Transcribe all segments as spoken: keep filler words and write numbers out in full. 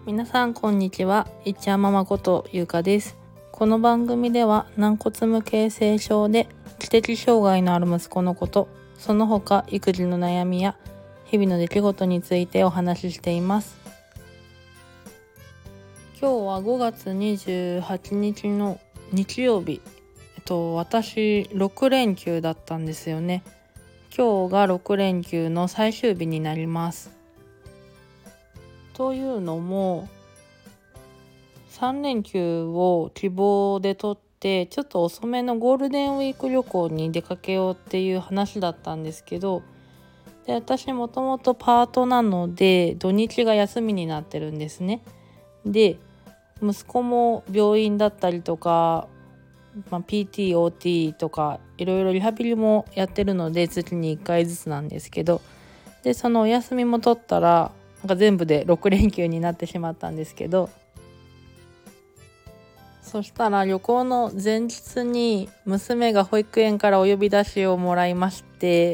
皆さんこんにちは。いっちゃんママことゆうかです。この番組では軟骨無形成症で知的障害のある息子のこと、その他育児の悩みや日々の出来事についてお話ししています。今日はごがつにじゅうはちにちの日曜日、えっと私ろくれんきゅうだったんですよね。今日がろくれんきゅうの最終日になります。というのもさんれんきゅうを希望で取ってちょっと遅めのゴールデンウィーク旅行に出かけようっていう話だったんですけど、で私もともとパートなので土日が休みになってるんですね。で息子も病院だったりとか、まあ、ピーティー、オーティー とかいろいろリハビリもやってるので月にいっかいずつなんですけど、でそのお休みも取ったらなんか全部でろくれんきゅうになってしまったんですけど、そしたら旅行の前日に娘が保育園からお呼び出しをもらいまして、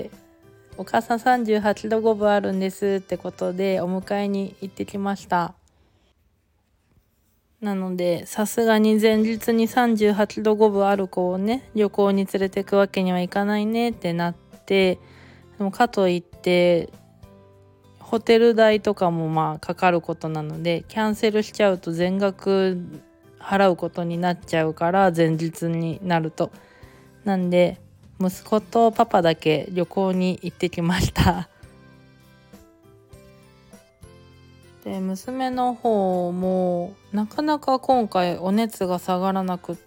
お母さんさんじゅうはちどごぶあるんですってことでお迎えに行ってきました。なのでさすがに前日にさんじゅうはちどごぶある子をね旅行に連れてくわけにはいかないねってなって、でもかといってホテル代とかもまあかかることなのでキャンセルしちゃうと全額払うことになっちゃうから、前日になると。なんで息子とパパだけ旅行に行ってきましたで娘の方もなかなか今回お熱が下がらなくって、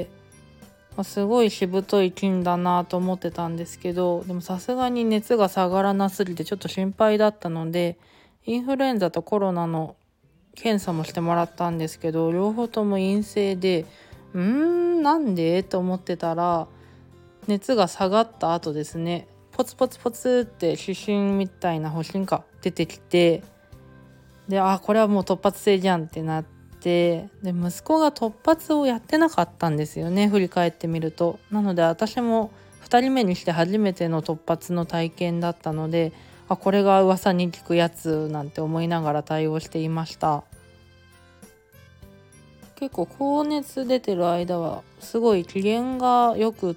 まあ、すごいしぶとい菌だなと思ってたんですけど、でもさすがに熱が下がらなすぎてちょっと心配だったのでインフルエンザとコロナの検査もしてもらったんですけど、両方とも陰性で、うーんなんでと思ってたら、熱が下がった後ですね、ポツポツポツって指針みたいな発疹か出てきて、であこれはもう突発性じゃんってなって、で息子が突発をやってなかったんですよね、振り返ってみると。なので私もふたりめにして初めての突発の体験だったので、あこれが噂に聞くやつなんて思いながら対応していました。結構高熱出てる間はすごい機嫌がよくって、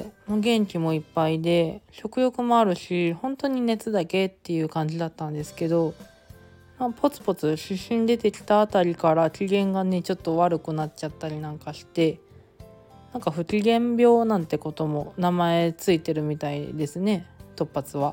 元気もいっぱいで食欲もあるし、本当に熱だけっていう感じだったんですけど、ポツポツ指針出てきたあたりから機嫌がねちょっと悪くなっちゃったりなんかして、なんか不機嫌病なんてことも名前ついてるみたいですね、突発は。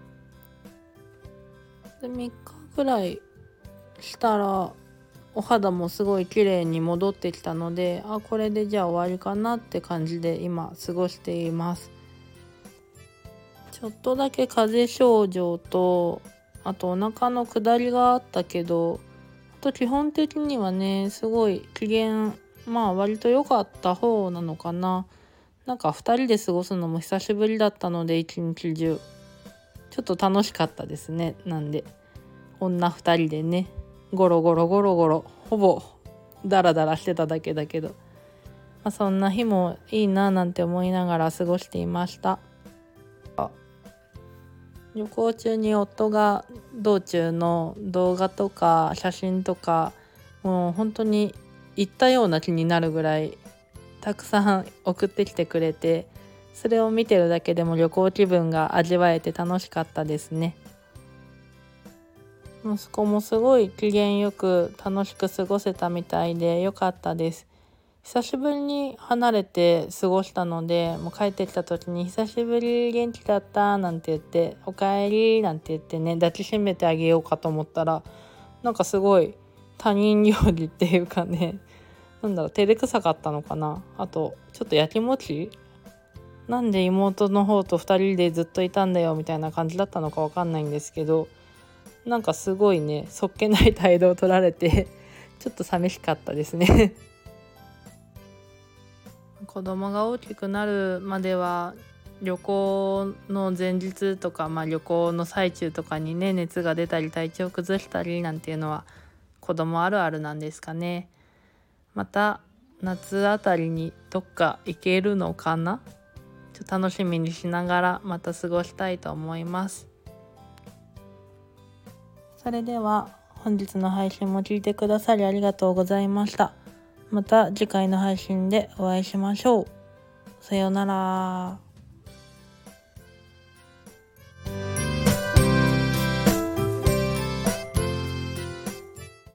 でみっかぐらいしたらお肌もすごい綺麗に戻ってきたので、あこれでじゃあ終わりかなって感じで今過ごしています。ちょっとだけ風邪症状と、あとお腹の下りがあったけど、あと基本的にはねすごい機嫌まあ割と良かった方なのかな。なんかふたりで過ごすのも久しぶりだったので一日中ちょっと楽しかったですね。なんで女ふたりでねゴロゴロゴロゴロほぼダラダラしてただけだけど、まあ、そんな日もいいななんて思いながら過ごしていました。旅行中に夫が道中の動画とか写真とかもう本当に行ったような気になるぐらいたくさん送ってきてくれて、それを見てるだけでも旅行気分が味わえて楽しかったですね。息子もすごい機嫌よく楽しく過ごせたみたいでよかったです。久しぶりに離れて過ごしたので、もう帰ってきた時に久しぶり元気だったなんて言って、おかえりなんて言ってね抱きしめてあげようかと思ったら、なんかすごい他人行儀っていうかね、なんだろう照れくさかったのかな。あとちょっとやきもちなんで妹の方とふたりでずっといたんだよみたいな感じだったのかわかんないんですけど、なんかすごいねそっけない態度を取られてちょっと寂しかったですね子供が大きくなるまでは旅行の前日とか、まあ、旅行の最中とかにね熱が出たり体調崩したりなんていうのは子供あるあるなんですかね。また夏あたりにどっか行けるのかな、ちょっと楽しみにしながらまた過ごしたいと思います。それでは本日の配信も聞いてくださりありがとうございました。また次回の配信でお会いしましょう。さようなら。